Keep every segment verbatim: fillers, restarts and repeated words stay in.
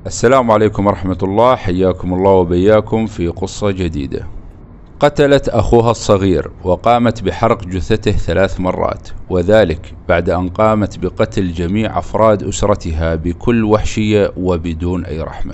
السلام عليكم ورحمة الله، حياكم الله وبياكم في قصة جديدة. قتلت أخوها الصغير وقامت بحرق جثته ثلاث مرات، وذلك بعد أن قامت بقتل جميع أفراد أسرتها بكل وحشية وبدون أي رحمة.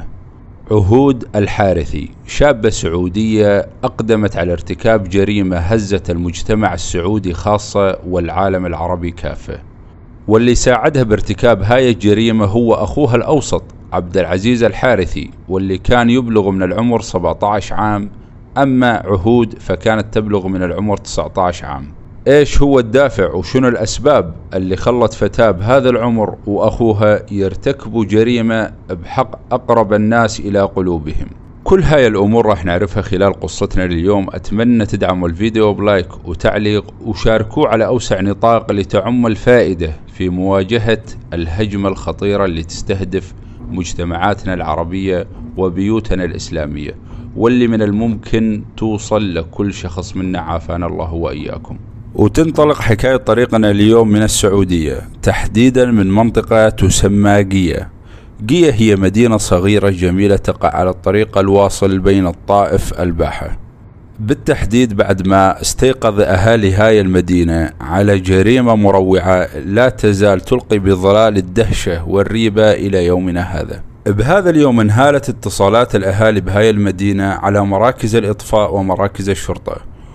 عهود الحارثي شابة سعودية أقدمت على ارتكاب جريمة هزت المجتمع السعودي خاصة والعالم العربي كافة، واللي ساعدها بارتكاب هاي الجريمة هو أخوها الأوسط عبد العزيز الحارثي، واللي كان يبلغ من العمر سبعة عشر عام، أما عهود فكانت تبلغ من العمر تسعة عشر عام. إيش هو الدافع وشنو الأسباب اللي خلت فتاة بهذا العمر وأخوها يرتكبوا جريمة بحق أقرب الناس إلى قلوبهم؟ كل هاي الأمور راح نعرفها خلال قصتنا اليوم. أتمنى تدعموا الفيديو بلايك وتعليق وشاركوه على أوسع نطاق لتعم الفائدة في مواجهة الهجمة الخطيرة اللي تستهدف مجتمعاتنا العربية وبيوتنا الإسلامية، واللي من الممكن توصل لكل شخص منا عافانا الله وإياكم. وتنطلق حكاية طريقنا اليوم من السعودية، تحديدا من منطقة تسمى قية. قية هي مدينة صغيرة جميلة تقع على الطريق الواصل بين الطائف الباحة، بالتحديد بعد ما استيقظ أهالي هاي المدينة على جريمة مروعة لا تزال تلقي بظلال الدهشة والريبة إلى يومنا هذا. بهذا اليوم انهالت اتصالات الأهالي بهاي المدينة على مراكز الإطفاء ومراكز الشرطة،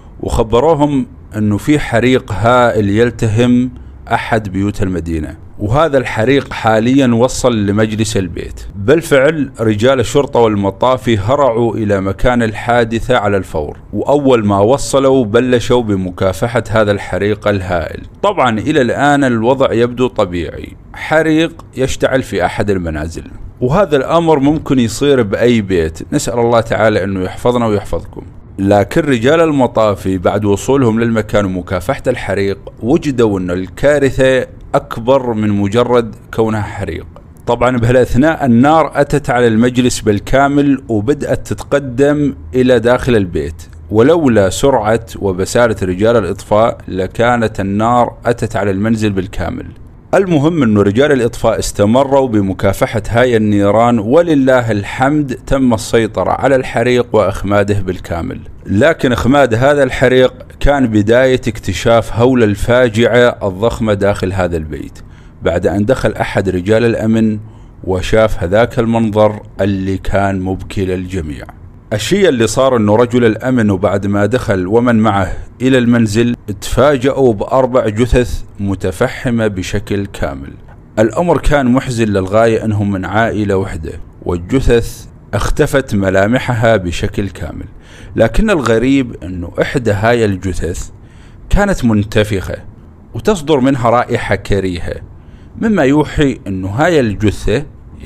وخبروهم أنه في حريق هائل يلتهم أحد بيوت المدينة، وهذا الحريق حاليا وصل لمجلس البيت. بالفعل رجال الشرطة والمطافي هرعوا إلى مكان الحادثة على الفور، وأول ما وصلوا بلشوا بمكافحة هذا الحريق الهائل. طبعا إلى الآن الوضع يبدو طبيعي، حريق يشتعل في أحد المنازل، وهذا الأمر ممكن يصير بأي بيت، نسأل الله تعالى أنه يحفظنا ويحفظكم. لكن رجال المطافي بعد وصولهم للمكان ومكافحة الحريق وجدوا أن الكارثة أكبر من مجرد كونها حريق. طبعا بهالأثناء النار أتت على المجلس بالكامل وبدأت تتقدم إلى داخل البيت، ولولا سرعة وبسالة رجال الإطفاء لكانت النار أتت على المنزل بالكامل. المهم أن رجال الإطفاء استمروا بمكافحة هاي النيران، ولله الحمد تم السيطرة على الحريق وإخماده بالكامل. لكن إخماد هذا الحريق كان بداية اكتشاف هول الفاجعة الضخمة داخل هذا البيت، بعد أن دخل أحد رجال الأمن وشاف هذاك المنظر اللي كان مبكي للجميع. الشيء اللي صار أنه رجل الأمن وبعد ما دخل ومن معه إلى المنزل تفاجأوا بأربع جثث متفحمة بشكل كامل. الأمر كان محزن للغاية، أنهم من عائلة وحدة والجثث اختفت ملامحها بشكل كامل. لكن الغريب أنه إحدى هاي الجثث كانت منتفخة وتصدر منها رائحة كريهة، مما يوحي أنه هاي الجثة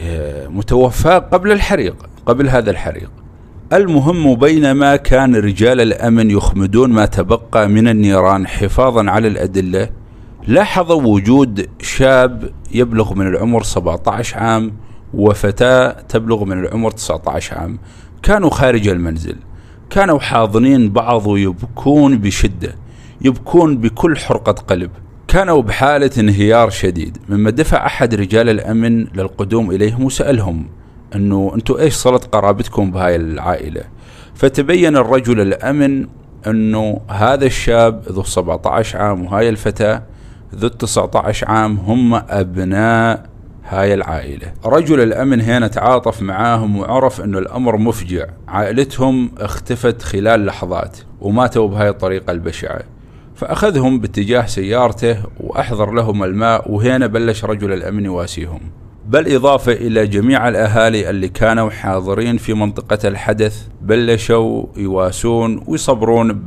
متوفاة قبل الحريق، قبل هذا الحريق. المهم بينما كان رجال الأمن يخمدون ما تبقى من النيران حفاظا على الأدلة، لاحظوا وجود شاب يبلغ من العمر سبعة عشر عام وفتاة تبلغ من العمر تسعة عشر عام، كانوا خارج المنزل، كانوا حاضنين بعض ويبكون بشدة، يبكون بكل حرقة قلب، كانوا بحالة انهيار شديد. مما دفع أحد رجال الأمن للقدوم إليهم وسألهم أنه أنتوا إيش صلت قرابتكم بهاي العائلة؟ فتبين الرجل الأمن أنه هذا الشاب ذو سبعة عشر عام وهاي الفتاة ذو تسعة عشر عام هم أبناء هاي العائلة. رجل الأمن هنا تعاطف معاهم وعرف أنه الأمر مفجع، عائلتهم اختفت خلال لحظات وماتوا بهاي الطريقة البشعة، فأخذهم باتجاه سيارته وأحضر لهم الماء، وهنا بلش رجل الأمن يواسيهم، بل إضافة إلى جميع الأهالي اللي كانوا حاضرين في منطقة الحدث بلشوا يواسون ويصبرون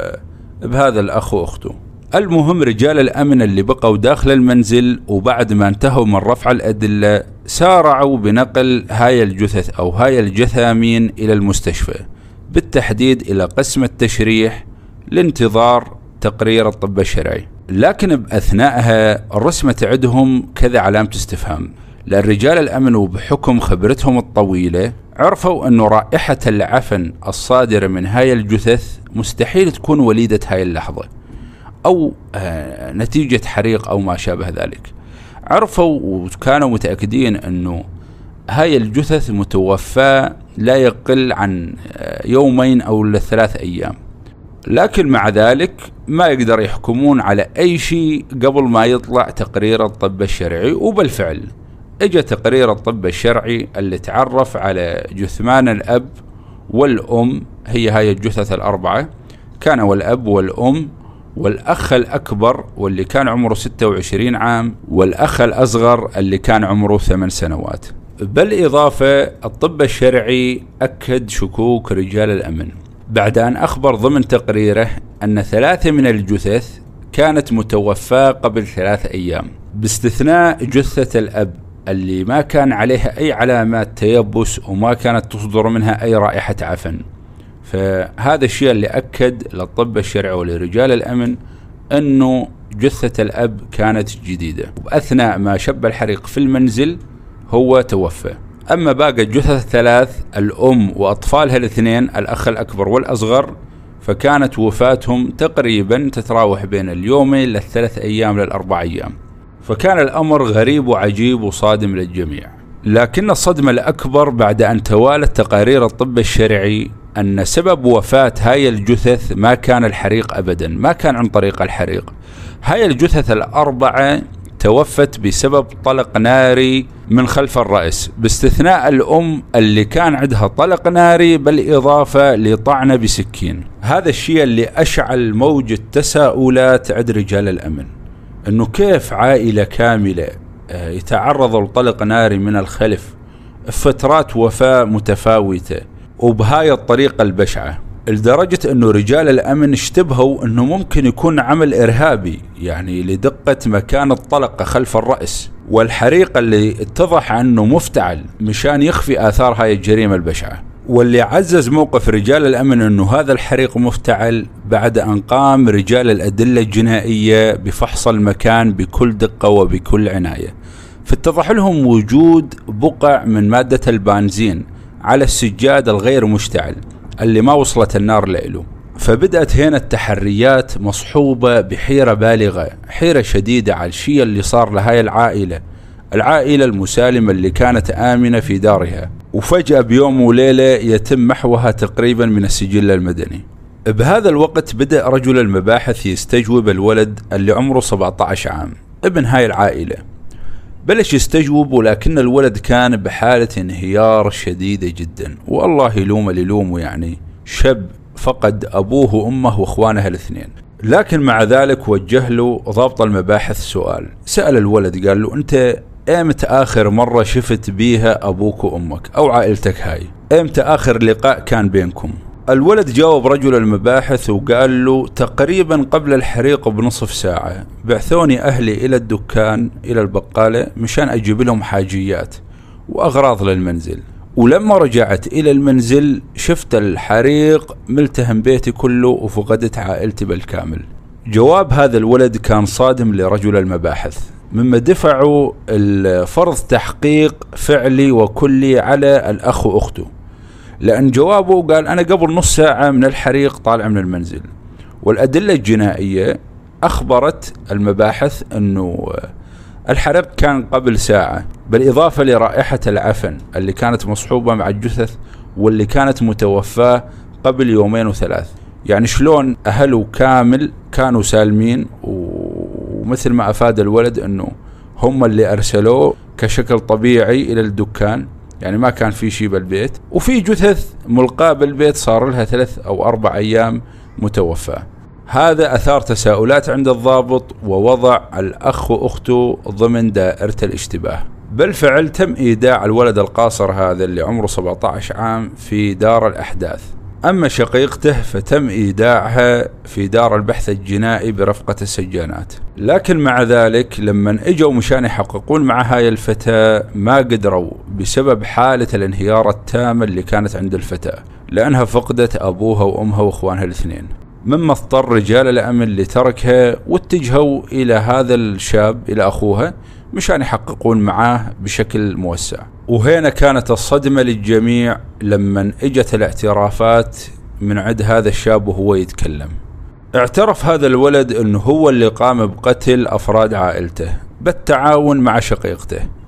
بهذا الأخ وأخته. المهم رجال الأمن اللي بقوا داخل المنزل وبعد ما انتهوا من رفع الأدلة سارعوا بنقل هاي الجثث أو هاي الجثامين إلى المستشفى، بالتحديد إلى قسم التشريح لانتظار تقرير الطب الشرعي. لكن بأثناءها رسمت عندهم كذا علامة استفهام، لأن رجال الأمن وبحكم خبرتهم الطويلة عرفوا أن رائحة العفن الصادرة من هاي الجثث مستحيل تكون وليدة هاي اللحظة أو آه نتيجة حريق أو ما شابه ذلك. عرفوا وكانوا متأكدين أنه هاي الجثث متوفاة لا يقل عن يومين أو ثلاث أيام، لكن مع ذلك ما يقدر يحكمون على أي شيء قبل ما يطلع تقرير الطب الشرعي. وبالفعل اجى تقرير الطب الشرعي اللي تعرف على جثمان الأب والأم، هي هاي الجثث الأربعة، كان والأب والأم والأخ الأكبر واللي كان عمره ستة وعشرين عام، والأخ الأصغر اللي كان عمره ثمان سنوات. بالإضافة الطب الشرعي أكد شكوك رجال الأمن بعد أن أخبر ضمن تقريره أن ثلاثة من الجثث كانت متوفاة قبل ثلاث أيام، باستثناء جثة الأب اللي ما كان عليها أي علامات تيبس وما كانت تصدر منها أي رائحة عفن. فهذا الشيء اللي أكد للطب الشرعي ولرجال الأمن أنه جثة الأب كانت جديدة، وأثناء ما شب الحريق في المنزل هو توفى. أما باقي الجثث الثلاث، الأم وأطفالها الاثنين الأخ الأكبر والأصغر، فكانت وفاتهم تقريبا تتراوح بين اليومين للثلاث أيام للأربع أيام. فكان الأمر غريب وعجيب وصادم للجميع. لكن الصدمة الأكبر بعد أن توالت تقارير الطب الشرعي أن سبب وفاة هاي الجثث ما كان الحريق أبدا، ما كان عن طريق الحريق. هاي الجثث الأربعة توفت بسبب طلق ناري من خلف الرأس، باستثناء الأم اللي كان عندها طلق ناري بالإضافة لطعنة بسكين. هذا الشيء اللي أشعل موجة تساؤلات عند رجال الأمن، أنه كيف عائلة كاملة يتعرضوا لطلق ناري من الخلف فترات وفاة متفاوتة وبهاي الطريقة البشعة، لدرجة أنه رجال الأمن اشتبهوا أنه ممكن يكون عمل إرهابي، يعني لدقة مكان الطلقة خلف الرأس، والحريق اللي اتضح أنه مفتعل مشان يخفي آثار هاي الجريمة البشعة. واللي عزز موقف رجال الأمن أنه هذا الحريق مفتعل بعد أن قام رجال الأدلة الجنائية بفحص المكان بكل دقة وبكل عناية، فاتضح لهم وجود بقع من مادة البنزين على السجاد الغير مشتعل اللي ما وصلت النار له. فبدأت هنا التحريات مصحوبة بحيرة بالغة، حيرة شديدة على الشيء اللي صار لهاي العائلة العائلة المسالمة اللي كانت آمنة في دارها، وفجأة بيوم وليلة يتم محوها تقريبا من السجل المدني. بهذا الوقت بدأ رجل المباحث يستجوب الولد اللي عمره سبعة عشر عام ابن هاي العائلة، بلش يستجوب، ولكن الولد كان بحالة انهيار شديدة جدا، والله يلوم اللي يلومه، يعني شاب فقد أبوه وأمه وإخوانه الاثنين. لكن مع ذلك وجه له ضابط المباحث سؤال، سأل الولد قال له أنت ايمت آخر مرة شفت بيها أبوك وأمك أو عائلتك هاي؟ ايمت آخر لقاء كان بينكم؟ الولد جاوب رجل المباحث وقال له تقريبا قبل الحريق بنصف ساعة بعثوني أهلي إلى الدكان إلى البقالة مشان أجيب لهم حاجيات وأغراض للمنزل، ولما رجعت إلى المنزل شفت الحريق ملتهم بيتي كله وفقدت عائلتي بالكامل. جواب هذا الولد كان صادم لرجل المباحث، مما دفعوا الفرض تحقيق فعلي وكلي على الأخ وأخته، لأن جوابه قال أنا قبل نص ساعة من الحريق طالع من المنزل، والأدلة الجنائية أخبرت المباحث أنه الحريق كان قبل ساعة، بالإضافة لرائحة العفن اللي كانت مصحوبة مع الجثث واللي كانت متوفاة قبل يومين وثلاث. يعني شلون أهله كامل كانوا سالمين، ومثل ما أفاد الولد أنه هم اللي أرسلوه كشكل طبيعي إلى الدكان، يعني ما كان في شيء بالبيت، وفي جثث ملقاة بالبيت صار لها ثلاث أو أربع أيام متوفاة. هذا أثار تساؤلات عند الضابط ووضع الأخ وأخته ضمن دائرة الاشتباه. بالفعل تم إيداع الولد القاصر هذا اللي عمره سبعة عشر عام في دار الأحداث. أما شقيقته فتم إيداعها في دار البحث الجنائي برفقة السجانات. لكن مع ذلك لما اجوا مشان يحققون مع هاي الفتاة ما قدروا بسبب حالة الانهيار التام اللي كانت عند الفتاة، لأنها فقدت أبوها وأمها وإخوانها الاثنين، مما اضطر رجال الأمن لتركها واتجهوا إلى هذا الشاب إلى أخوها مشان يحققون معاه بشكل موسع. وهنا كانت الصدمة للجميع لما اجت الاعترافات من عند هذا الشاب وهو يتكلم. اعترف هذا الولد انه هو اللي قام بقتل افراد عائلته بالتعاون مع شقيقته،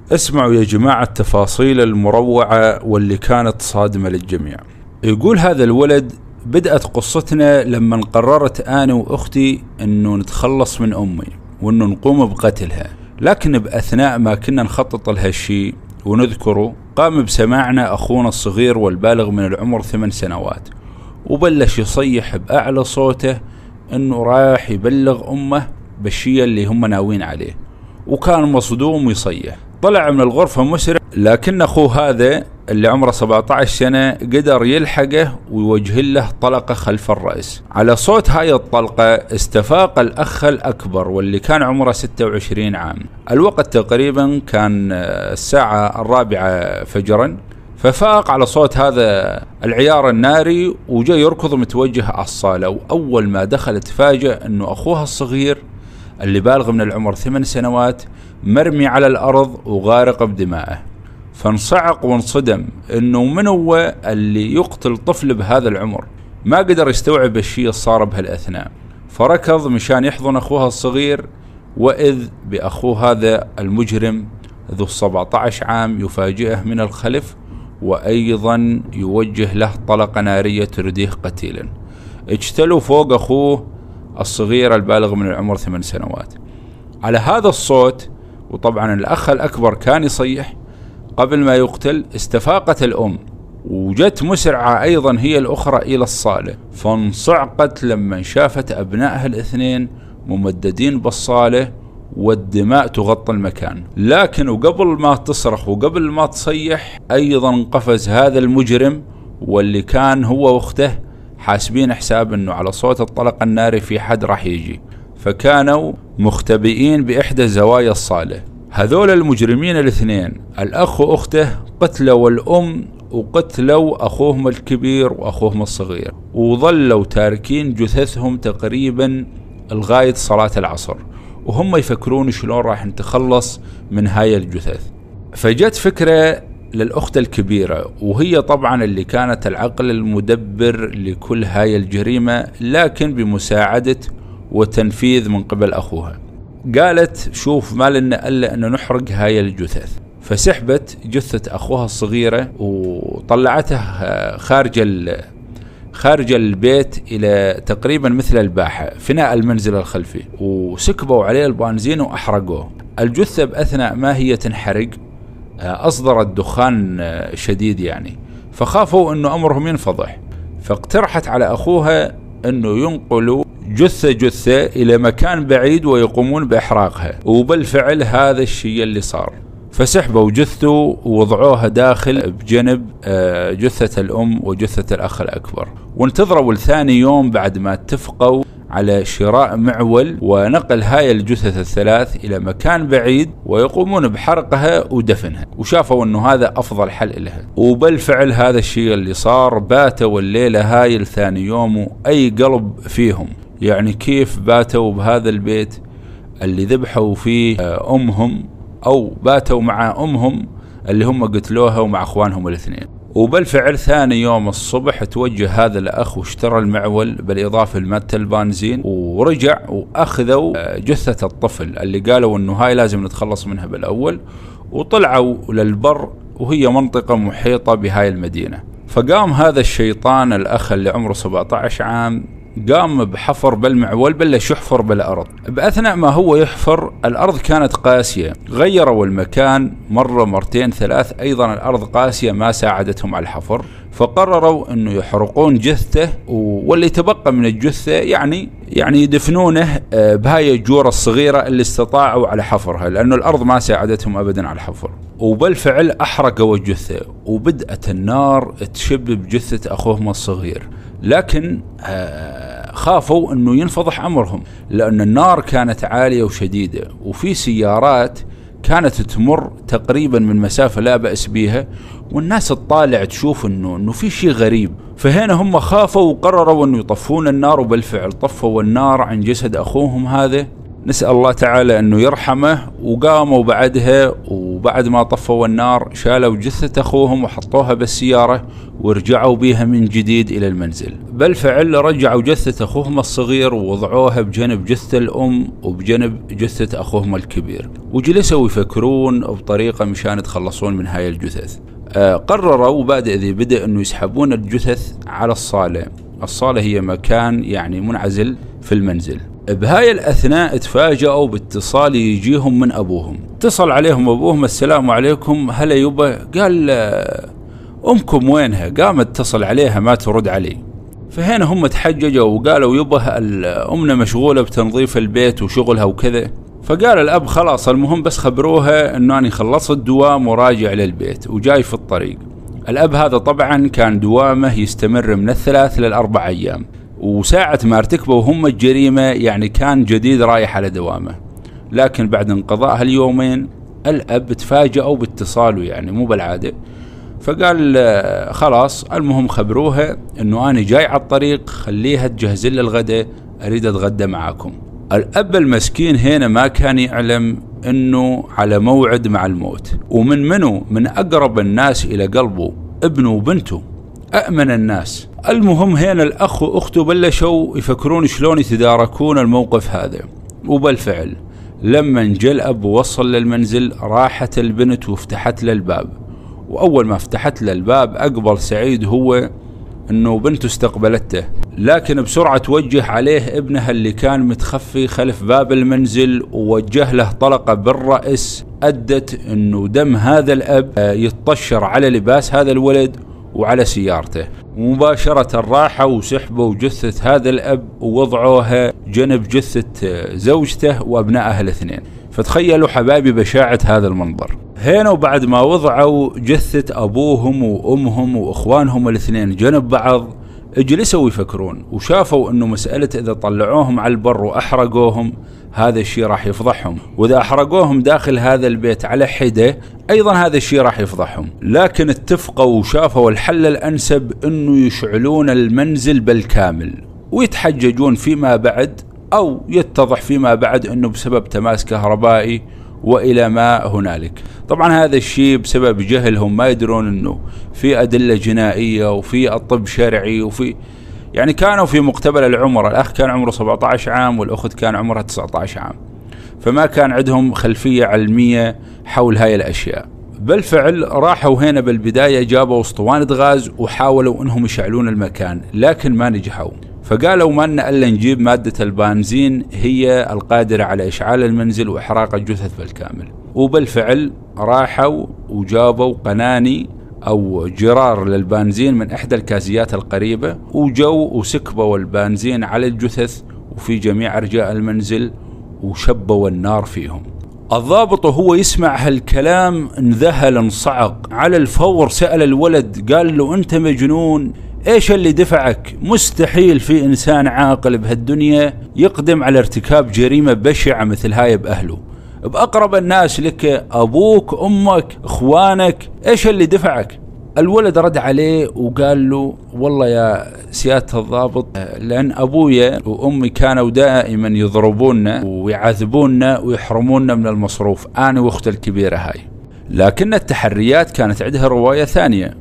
اسمعوا يا جماعة التفاصيل المروعة واللي كانت صادمة للجميع. يقول هذا الولد: بدأت قصتنا لما قررت أنا وأختي أنه نتخلص من أمي وأنه نقوم بقتلها، لكن بأثناء ما كنا نخطط لهالشي ونذكره قام بسماعنا أخونا الصغير والبالغ من العمر ثمان سنوات، وبلش يصيح بأعلى صوته أنه رايح يبلغ أمه بالشي اللي هم ناوين عليه، وكان مصدوم ويصيح. طلع من الغرفة مسرع، لكن أخوه هذا اللي عمره سبعة عشر سنة قدر يلحقه ويوجه له طلقة خلف الرأس. على صوت هاي الطلقة استفاق الأخ الأكبر واللي كان عمره ستة وعشرين عام. الوقت تقريبا كان الساعة الرابعة فجرا، ففاق على صوت هذا العيار الناري وجاء يركض متوجه على الصالة. وأول ما دخل تفاجأ أنه أخوها الصغير اللي بالغ من العمر ثمان سنوات مرمي على الأرض وغارق بدمائه. فانصعق وانصدم انه من هو اللي يقتل طفل بهذا العمر. ما قدر يستوعب الشيء الصار بهالاثناء، فركض مشان يحضن اخوها الصغير، واذ باخوه هذا المجرم ذو السبعة عشر عام يفاجئه من الخلف، وايضا يوجه له طلقة نارية ترديه قتيلا. اجتلوا فوق اخوه الصغير البالغ من العمر ثمان سنوات. على هذا الصوت، وطبعا الاخ الاكبر كان يصيح قبل ما يقتل، استفاقت الأم وجت مسرعة أيضا هي الأخرى إلى الصالة، فانصعقت لما شافت أبنائها الاثنين ممددين بالصالة والدماء تغطي المكان. لكن وقبل ما تصرخ وقبل ما تصيح أيضا قفز هذا المجرم واللي كان هو واخته حاسبين حساب أنه على صوت الطلق الناري في حد راح يجي، فكانوا مختبئين بإحدى زوايا الصالة. هذول المجرمين الاثنين الأخ وأخته قتلوا الأم وقتلوا أخوهم الكبير وأخوهم الصغير، وظلوا تاركين جثثهم تقريبا لغاية صلاة العصر، وهم يفكرون شلون راح نتخلص من هاي الجثث. فجت فكرة للأخت الكبيرة، وهي طبعا اللي كانت العقل المدبر لكل هاي الجريمة، لكن بمساعدة وتنفيذ من قبل أخوها. قالت: شوف، ما لنا إلا أن نحرق هاي الجثث. فسحبت جثة أخوها الصغيرة وطلعتها خارج خارج البيت إلى تقريبا مثل الباحة فناء المنزل الخلفي، وسكبوا عليه البنزين وأحرقوه. الجثة بأثناء ما هي تنحرق أصدرت دخان شديد يعني، فخافوا أنه أمرهم ينفضح، فاقترحت على أخوها أنه ينقلوا جثة جثة إلى مكان بعيد ويقومون بإحراقها، وبالفعل هذا الشيء اللي صار. فسحبوا جثته ووضعوها داخل بجنب جثة الأم وجثة الأخ الأكبر، وانتظروا الثاني يوم بعد ما اتفقوا على شراء معول ونقل هاي الجثث الثلاث إلى مكان بعيد ويقومون بحرقها ودفنها، وشافوا أنه هذا أفضل حل لها. وبالفعل هذا الشيء اللي صار. باتوا الليلة هاي الثاني يوم أي قلب فيهم، يعني كيف باتوا بهذا البيت اللي ذبحوا فيه أمهم، أو باتوا مع أمهم اللي هم قتلوها ومع أخوانهم الاثنين. وبالفعل ثاني يوم الصبح توجه هذا الأخ واشترى المعول بالإضافة لمادة البنزين، ورجع وأخذوا جثة الطفل اللي قالوا أنه هاي لازم نتخلص منها بالأول، وطلعوا للبر وهي منطقة محيطة بهاي المدينة. فقام هذا الشيطان الأخ اللي عمره سبعة عشر عام قام بحفر بالمعول، بلش يحفر بالأرض. بأثناء ما هو يحفر الأرض كانت قاسية، غيروا المكان مرة مرتين ثلاث، أيضا الأرض قاسية ما ساعدتهم على الحفر، فقرروا أنه يحرقون جثته، واللي تبقى من الجثة يعني يعني يدفنونه بهاي الجورة الصغيرة اللي استطاعوا على حفرها، لأنه الأرض ما ساعدتهم أبدا على الحفر. وبالفعل أحرقوا الجثة، وبدأت النار تشب بجثة أخوهم الصغير، لكن خافوا أنه ينفضح أمرهم، لأن النار كانت عالية وشديدة، وفي سيارات كانت تمر تقريبا من مسافة لا بأس بيها، والناس تطالع تشوف أنه, إنه في شيء غريب. فهنا هم خافوا وقرروا أنه يطفون النار، وبالفعل طفوا النار عن جسد أخوهم هذا، نسأل الله تعالى أنه يرحمه. وقاموا بعدها، وبعد ما طفوا النار شالوا جثة أخوهم وحطوها بالسيارة ورجعوا بيها من جديد إلى المنزل. بالفعل رجعوا جثة أخوهم الصغير ووضعوها بجنب جثة الأم وبجنب جثة أخوهم الكبير، وجلسوا يفكرون بطريقة مشان يتخلصون من هاي الجثث. آه قرروا بعد ذي بدأ أنه يسحبون الجثث على الصالة. الصالة هي مكان يعني منعزل في المنزل. بهاي الأثناء تفاجأوا باتصال يجيهم من أبوهم. اتصل عليهم أبوهم: السلام عليكم، هلا يبا. قال: أمكم وينها؟ قام اتصل عليها ما ترد علي. فهنا هم تحججوا وقالوا: يبا أمنا مشغولة بتنظيف البيت وشغلها وكذا. فقال الأب: خلاص المهم بس خبروها أنه أنا خلصت الدوام وراجع للبيت وجاي في الطريق. الأب هذا طبعا كان دوامه يستمر من الثلاث للأربع أيام، وساعة ما ارتكبوا هم الجريمة يعني كان جديد رايح على دوامه. لكن بعد انقضاء هاليومين الأب تفاجأوا باتصاله يعني مو بالعادة. فقال: خلاص المهم خبروها أنه أنا جاي على الطريق، خليها تجهز لي الغداء، أريد أتغدى معاكم. الأب المسكين هنا ما كان يعلم أنه على موعد مع الموت. ومن منه؟ من أقرب الناس إلى قلبه، ابنه وبنته، أأمن الناس. المهم هنا الأخ وأخته بلشوا يفكرون شلون يتداركون الموقف هذا. وبالفعل لما جاء الأب ووصل للمنزل راحت البنت وافتحت له الباب. وأول ما فتحت له الباب أقبل سعيد هو أنه بنته استقبلته، لكن بسرعة توجه عليه ابنها اللي كان متخفي خلف باب المنزل ووجه له طلقة بالرأس أدت أنه دم هذا الأب يتطشر على لباس هذا الولد وعلى سيارته. مباشرة راحوا وسحبوا جثة هذا الأب ووضعوها جنب جثة زوجته وأبنائها الاثنين. فتخيلوا حبايبي بشاعة هذا المنظر. هنا وبعد ما وضعوا جثة أبوهم وأمهم وإخوانهم الاثنين جنب بعض، اجلسوا يفكرون وشافوا أنه مسألة إذا طلعوهم على البر وأحرقوهم هذا الشيء راح يفضحهم، وإذا أحرقوهم داخل هذا البيت على حدة أيضا هذا الشيء راح يفضحهم. لكن اتفقوا وشافوا الحل الأنسب أنه يشعلون المنزل بالكامل ويتحججون فيما بعد، أو يتضح فيما بعد أنه بسبب تماس كهربائي وإلى ما هنالك. طبعا هذا الشيء بسبب جهلهم، ما يدرون أنه في أدلة جنائية وفي الطب شرعي وفي يعني كانوا في مقتبل العمر. الأخ كان عمره سبعة عشر عام والأخت كان عمرها تسعة عشر عام، فما كان عندهم خلفية علمية حول هاي الأشياء. بالفعل راحوا هنا بالبداية جابوا اسطوانة غاز وحاولوا أنهم يشعلون المكان لكن ما نجحوا. فقالوا ما لنا إلا نجيب مادة البنزين هي القادرة على إشعال المنزل وإحراق الجثث بالكامل. وبالفعل راحوا وجابوا قناني أو جرار للبنزين من إحدى الكازيات القريبة، وجو وسكبوا البنزين على الجثث وفي جميع أرجاء المنزل وشبوا النار فيهم. الضابط وهو يسمع هالكلام انذهل انصعق على الفور. سأل الولد قال له: أنت مجنون؟ إيش اللي دفعك؟ مستحيل في إنسان عاقل بهالدنيا يقدم على ارتكاب جريمة بشعة مثل هاي بأهله، بأقرب الناس لك، أبوك، أمك، إخوانك، إيش اللي دفعك؟ الولد رد عليه وقال له: والله يا سيادة الضابط، لأن أبويا وأمي كانوا دائما يضربوننا ويعذبوننا ويحرموننا من المصروف، أنا وأختي الكبيرة هاي. لكن التحريات كانت عندها رواية ثانية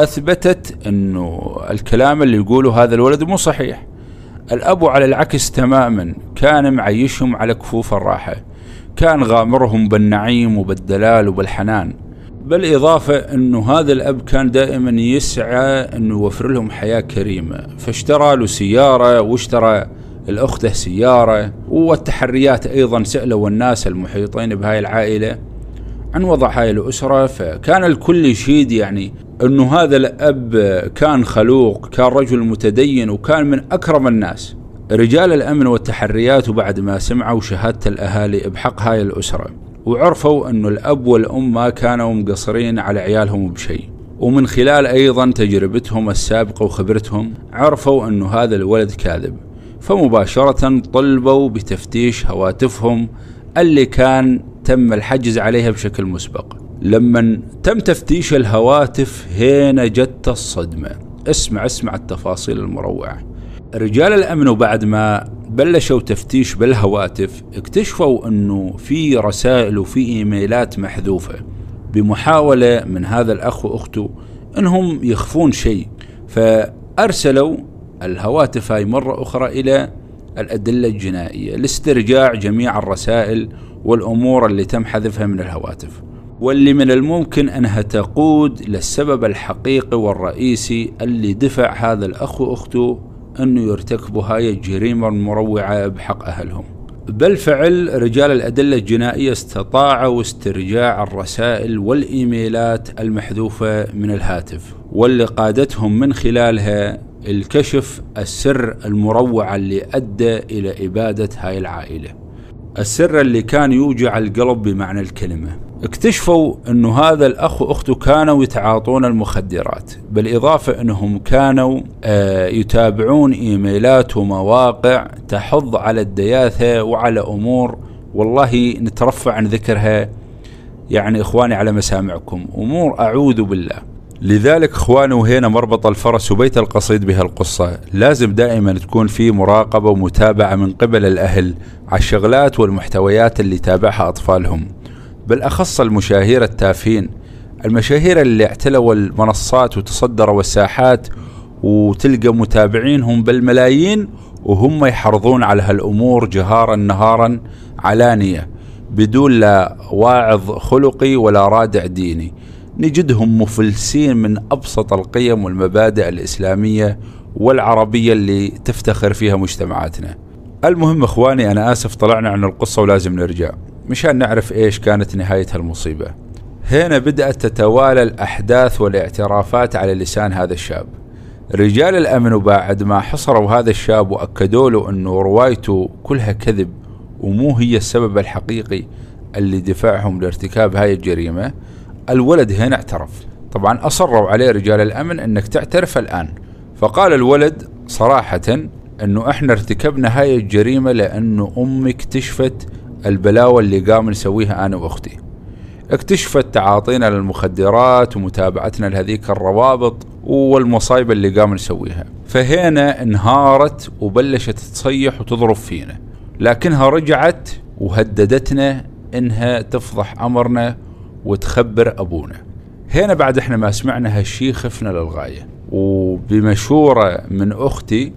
وأثبتت أنه الكلام اللي يقوله هذا الولد مو صحيح. الأب على العكس تماما كان معيشهم على كفوف الراحة، كان غامرهم بالنعيم وبالدلال وبالحنان. بالإضافة أنه هذا الأب كان دائما يسعى أنه يوفر لهم حياة كريمة، فاشترى له سيارة واشترى الأخته سيارة. والتحريات أيضا سألوا الناس المحيطين بهاي العائلة عن وضع هاي الأسرة، فكان الكل يشيد يعني أنه هذا الأب كان خلوق، كان رجل متدين وكان من أكرم الناس. رجال الأمن والتحريات وبعد ما سمعوا شهادة الأهالي بحق هاي الأسرة وعرفوا أنه الأب والأم ما كانوا مقصرين على عيالهم بشيء، ومن خلال أيضا تجربتهم السابقة وخبرتهم عرفوا أنه هذا الولد كاذب، فمباشرة طلبوا بتفتيش هواتفهم اللي كان تم الحجز عليها بشكل مسبق. لما تم تفتيش الهواتف هنا جت الصدمة. اسمع اسمع التفاصيل المروعة. رجال الأمن بعد ما بلشوا تفتيش بالهواتف، اكتشفوا أنه في رسائل وفي إيميلات محذوفة بمحاولة من هذا الأخ وأخته أنهم يخفون شيء، فأرسلوا الهواتف هاي مرة أخرى إلى الأدلة الجنائية لاسترجاع جميع الرسائل والأمور اللي تم حذفها من الهواتف، واللي من الممكن أنها تقود للسبب الحقيقي والرئيسي اللي دفع هذا الأخ وأخته أنه يرتكبوا هاي الجريمة المروعة بحق أهلهم. بالفعل رجال الأدلة الجنائية استطاعوا استرجاع الرسائل والإيميلات المحذوفة من الهاتف، واللي قادتهم من خلالها الكشف السر المروع اللي أدى إلى إبادة هاي العائلة، السر اللي كان يوجع القلب بمعنى الكلمة. اكتشفوا أنه هذا الأخ وأخته كانوا يتعاطون المخدرات، بالإضافة أنهم كانوا آه يتابعون إيميلات ومواقع تحض على الدياثة وعلى أمور والله نترفع عن ذكرها، يعني إخواني على مسامعكم، أمور أعوذ بالله. لذلك إخواني وهنا مربط الفرس وبيت القصيد بهالقصة، لازم دائما تكون في مراقبة ومتابعة من قبل الأهل على الشغلات والمحتويات اللي تابعها أطفالهم، بالأخص المشاهير التافهين، المشاهير اللي اعتلوا المنصات وتصدروا الساحات وتلقى متابعينهم بالملايين وهم يحرضون على هالأمور جهارا نهارا علانية بدون لا واعظ خلقي ولا رادع ديني. نجدهم مفلسين من أبسط القيم والمبادئ الإسلامية والعربية اللي تفتخر فيها مجتمعاتنا. المهم إخواني، أنا آسف طلعنا عن القصة ولازم نرجع مشان نعرف إيش كانت نهاية المصيبة. هنا بدأت تتوالى الأحداث والاعترافات على لسان هذا الشاب. رجال الأمن بعد ما حصروا هذا الشاب وأكدوا له أنه روايته كلها كذب ومو هي السبب الحقيقي اللي دفعهم لارتكاب هاي الجريمة، الولد هنا اعترف. طبعا أصروا عليه رجال الأمن أنك تعترف الآن، فقال الولد صراحة أنه إحنا ارتكبنا هاي الجريمة لأنه أمي اكتشفت البلاوة اللي قام نسويها أنا وأختي، اكتشفت تعاطينا للمخدرات ومتابعتنا لهذيك الروابط والمصايب اللي قام نسويها، فهنا انهارت وبلشت تصيح وتضرب فينا، لكنها رجعت وهددتنا إنها تفضح أمرنا وتخبر أبونا. هنا بعد إحنا ما سمعنا هالشي خفنا للغاية، وبمشورة من أختي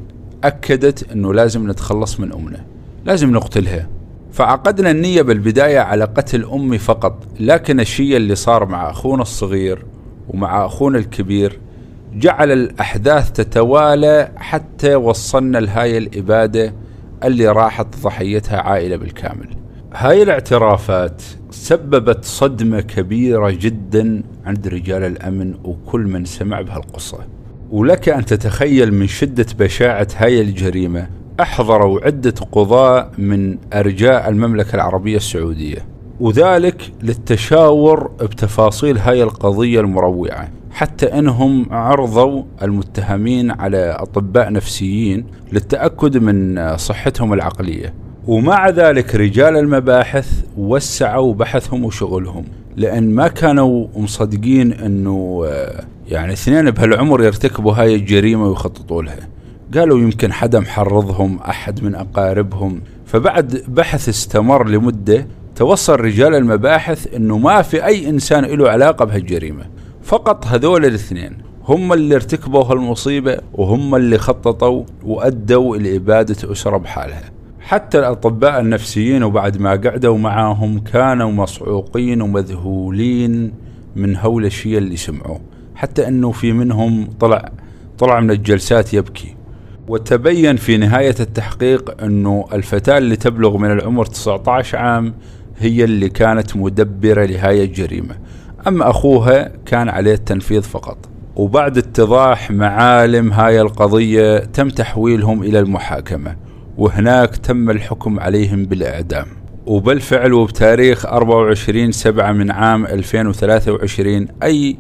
أكدت إنه لازم نتخلص من أمنا، لازم نقتلها. فعقدنا النية بالبداية على قتل أمي فقط، لكن الشيء اللي صار مع أخونا الصغير ومع أخونا الكبير جعل الأحداث تتوالى حتى وصلنا لهاي الإبادة اللي راحت ضحيتها عائلة بالكامل. هاي الاعترافات سببت صدمة كبيرة جدا عند رجال الأمن وكل من سمع بهالقصة، ولك أن تتخيل من شدة بشاعة هاي الجريمة أحضروا عدة قضاة من أرجاء المملكة العربية السعودية، وذلك للتشاور بتفاصيل هاي القضية المروعة، حتى أنهم عرضوا المتهمين على أطباء نفسيين للتأكد من صحتهم العقلية. ومع ذلك رجال المباحث وسعوا بحثهم وشغلهم، لأن ما كانوا مصدقين أنه يعني اثنين بهالعمر يرتكبوا هاي الجريمة ويخططوا لها. قالوا يمكن حدا محرضهم، أحد من أقاربهم. فبعد بحث استمر لمدة توصل رجال المباحث أنه ما في أي إنسان له علاقة بهالجريمة، فقط هذول الاثنين هم اللي ارتكبوا هالمصيبة وهم اللي خططوا وأدوا إلى إبادة أسرة بحالها. حتى الأطباء النفسيين وبعد ما قعدوا معاهم كانوا مصعوقين ومذهولين من هول الشيء اللي سمعوه، حتى أنه في منهم طلع طلع من الجلسات يبكي. وتبين في نهاية التحقيق أنه الفتاة اللي تبلغ من العمر تسعة عشر عام هي اللي كانت مدبرة لهاي الجريمة، أما أخوها كان عليه التنفيذ فقط. وبعد اتضاح معالم هاي القضية تم تحويلهم إلى المحاكمة، وهناك تم الحكم عليهم بالإعدام. وبالفعل وبتاريخ أربعة وعشرين سبعة من عام ألفين وثلاثة وعشرين، أي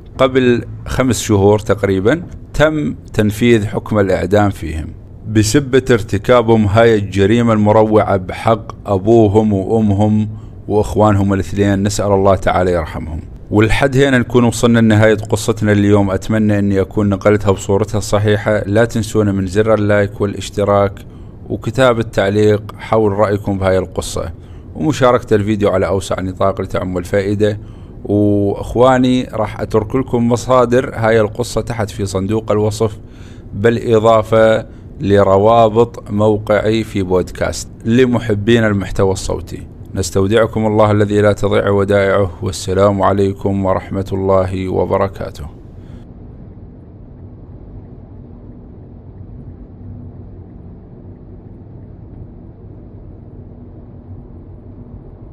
قبل خمس شهور تقريبا، تم تنفيذ حكم الإعدام فيهم بسبة ارتكابهم هاي الجريمة المروعة بحق أبوهم وأمهم وإخوانهم الاثنين، نسأل الله تعالى يرحمهم. والحد هنا نكون وصلنا لنهاية قصتنا اليوم. أتمنى أني أكون نقلتها بصورتها الصحيحة. لا تنسونا من زر اللايك والاشتراك وكتابة تعليق حول رأيكم بهاي القصة، ومشاركة الفيديو على أوسع نطاق لتعم الفائدة. وأخواني راح أترك لكم مصادر هاي القصة تحت في صندوق الوصف، بالإضافة لروابط موقعي في بودكاست لمحبين المحتوى الصوتي. نستودعكم الله الذي لا تضيع ودائعه، والسلام عليكم ورحمة الله وبركاته.